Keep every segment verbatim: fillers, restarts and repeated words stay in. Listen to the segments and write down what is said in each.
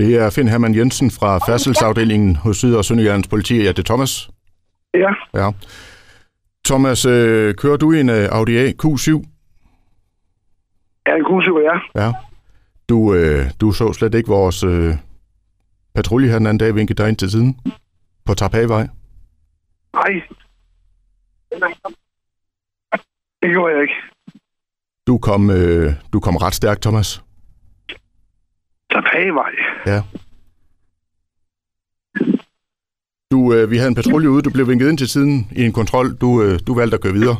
Det er Finn Hermann Jensen fra færdselsafdelingen hos Syd- og Sønderjyllands politi. Ja, det er Thomas. Ja. Ja. Thomas, øh, kører du en øh, Audi A Q syv? Ja, en Q syv, ja. Ja. Du, øh, du så slet ikke vores øh, patrulje her den anden dag vinket dig ind til siden på Tarpagevej? Nej. Det gjorde jeg ikke. Du kom, øh, du kom ret stærkt, Thomas. Tarpagevej? Ja. Du, øh, vi havde en patrulje ude, du blev vinket ind til siden i en kontrol. Du, øh, du valgte at køre videre.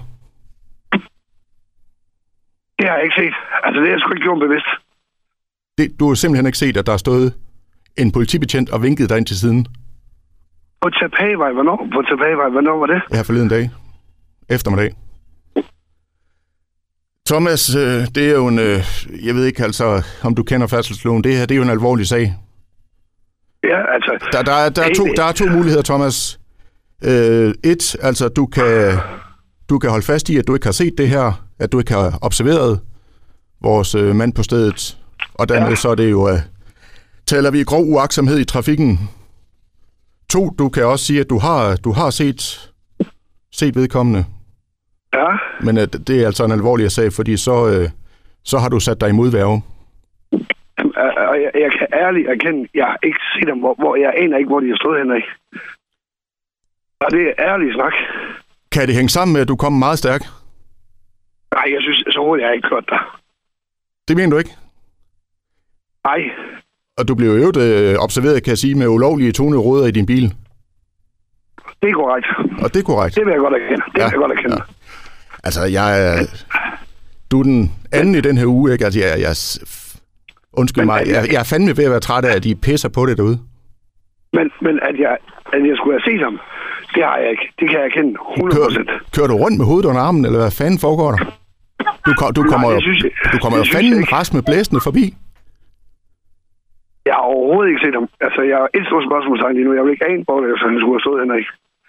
Det har jeg ikke set. Altså, det har jeg sgu ikke gjort bevidst. Det, du har simpelthen ikke set, at der er stået en politibetjent og vinket dig ind til siden? På Tarpagevej? Hvornår? På Tarpagevej? Hvornår var det? Ja, forleden dag. Eftermiddag. Thomas, øh, det er jo en... Øh, jeg ved ikke altså, om du kender færdselsloven. Det her, det er jo en alvorlig sag. Ja, altså... Der, der, er, der, er, to, der er to muligheder, Thomas. Øh, et, altså, du kan, du kan holde fast i, at du ikke har set det her, at du ikke har observeret vores øh, mand på stedet, og dermed ja. Så er det jo... Øh, taler vi grov uagtsomhed i trafikken. To, du kan også sige, at du har, du har set, set vedkommende. Ja. Men øh, det er altså en alvorlig sag, fordi så, øh, så har du sat dig i modværge. Og jeg, jeg kan ærligt erkende, jeg har ikke set dem, hvor, hvor jeg aner ikke, hvor de har stået henne. Og det er ærlig snak. Kan det hænge sammen med, at du kom meget stærk? Nej, jeg synes så hurtigt, jeg har ikke kørt der. Det mener du ikke? Nej. Og du blev jo øvrigt øh, observeret, kan jeg sige, med ulovlige tonede ruder i din bil. Det er korrekt. Og det er korrekt? Det vil jeg godt erkende. Det ja. vil jeg godt erkende. Ja. Altså, jeg er... Du er den anden i den her uge, ikke? Altså, jeg... jeg undskyld men, mig, jeg, jeg er fandme ved at være træt af, at de pisser på det derude. Men, men at, jeg, at jeg skulle have set ham, det har jeg ikke. Det kan jeg erkende hundrede procent. Kører, kører du rundt med hovedet under armen, eller hvad fanden foregår der? Du, du kommer Nej, jo, synes, du kommer jo fanden rask med blæsende forbi. Jeg har overhovedet ikke set ham. Altså, jeg har et stort spørgsmålstegn lige nu. Jeg vil ikke ane på det, så han skulle have stået henne, ikke?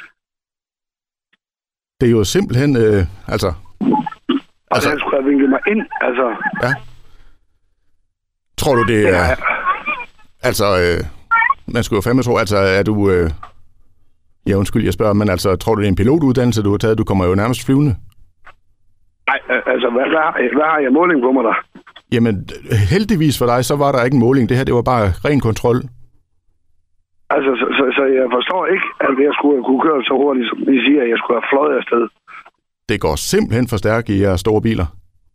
Det er jo simpelthen, øh, altså... Altså, han skulle have vinket mig ind, altså... Ja. Tror du, det er... Ja. Altså, øh, man skulle jo fandme tro, altså, er du... Øh, ja, undskyld, jeg spørger, men altså, tror du, det er en pilotuddannelse, du har taget? Du kommer jo nærmest flyvende. Nej, altså, hvad, hvad, hvad har jeg måling på mig der? Jamen, heldigvis for dig, så var der ikke en måling. Det her, det var bare ren kontrol. Altså, så, så, så jeg forstår ikke, at jeg skulle kunne køre så hurtigt, som I siger, at jeg skulle have fløjet afsted. Det går simpelthen for stærkt i jeres store biler.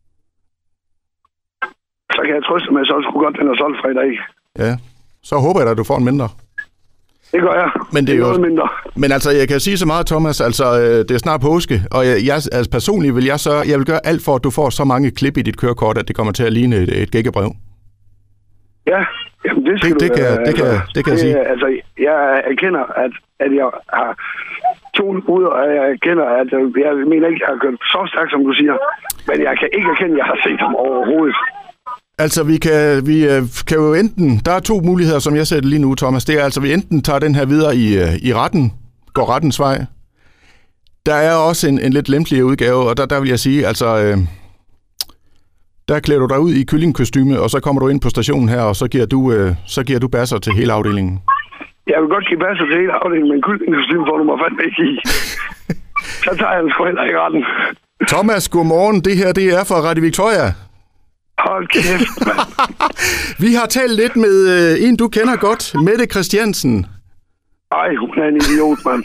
Så kan jeg trøste mig, så skulle godt den er solgt fredag, ikke? Ja, så håber jeg da, at du får en mindre. Det gør jeg. Men det er jo mindre. Men altså, jeg kan sige så meget, Thomas, altså, det er snart påske, og jeg, jeg altså, personligt vil jeg så, jeg vil gøre alt for, at du får så mange klip i dit kørekort, at det kommer til at ligne et, et gækkebrev. Ja, jamen det skal det, du... Det kan, altså, det kan, det kan jeg sige. Altså, jeg erkender, at, at jeg har to ud, og jeg erkender, at jeg mener ikke, at jeg har kørt så stærkt, som du siger, men jeg kan ikke erkende, at jeg har set ham overhovedet. Altså, vi kan, vi kan jo enten... Der er to muligheder, som jeg ser det lige nu, Thomas. Det er altså, vi enten tager den her videre i, i retten, går rettens vej. Der er også en, en lidt lempeligere udgave, og der, der vil jeg sige, altså... Øh, der klæder du dig ud i kyllingkostyme, og så kommer du ind på stationen her, og så giver du, øh, så giver du basser til hele afdelingen. Jeg vil godt give basser til hele afdelingen, men kyllingkostyme får du mig fandme ikke i. Så tager jeg den sgu heller ikke retten. Thomas, godmorgen. Det her, det er fra Radio Victoria. Hold kæft, mand. Vi har talt lidt med øh, en, du kender godt, Mette Christiansen. Ej, hun er en idiot, mand.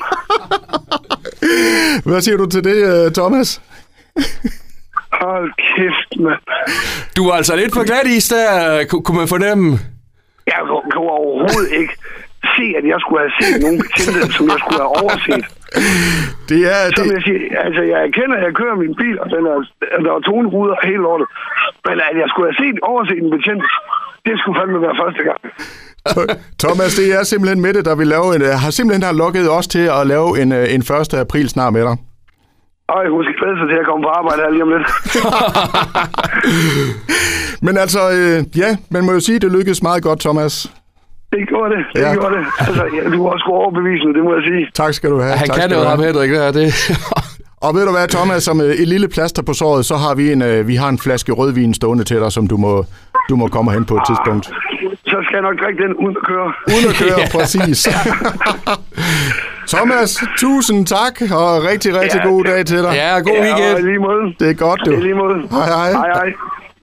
Hvad siger du til det, øh, Thomas? Hold kæft, mand. Du var altså lidt for glat is der, kunne man fornemme. Jeg kunne overhovedet ikke se, at jeg skulle have set nogen betjente, som jeg skulle have overset. Det er... Som det... jeg siger, altså jeg erkender, at jeg kører min bil, og den er, der er toneruder hele lortet. Men at jeg skulle have set, overset en betjent, det skulle fandme være første gang. Thomas, det er simpelthen Mette, der vil lave en, har simpelthen har lukket os til at lave en, en første april snart med dig. Øj, hun skal glæde sig til at komme på arbejde her lige om lidt. Men altså, øh, ja, man må jo sige, at det lykkedes meget godt, Thomas. Det gjorde det, det ja. gjorde det. Altså, ja, du var sgu overbevisende, det må jeg sige. Tak skal du have. Han tak kan noget, ham Henrik, det er det. Og ved du hvad, Thomas, som et lille plaster på såret, så har vi en, vi har en flaske rødvin stående til dig, som du må, du må komme hen på et tidspunkt. så skal jeg nok drikke den uden at køre. Uden at køre, ja. Præcis. Thomas, tusind tak, og rigtig, rigtig ja. god dag til dig. Ja, god ja, weekend. Og lige måde. Det er godt, du. Det er lige måde. Hej, hej. Hej, hej.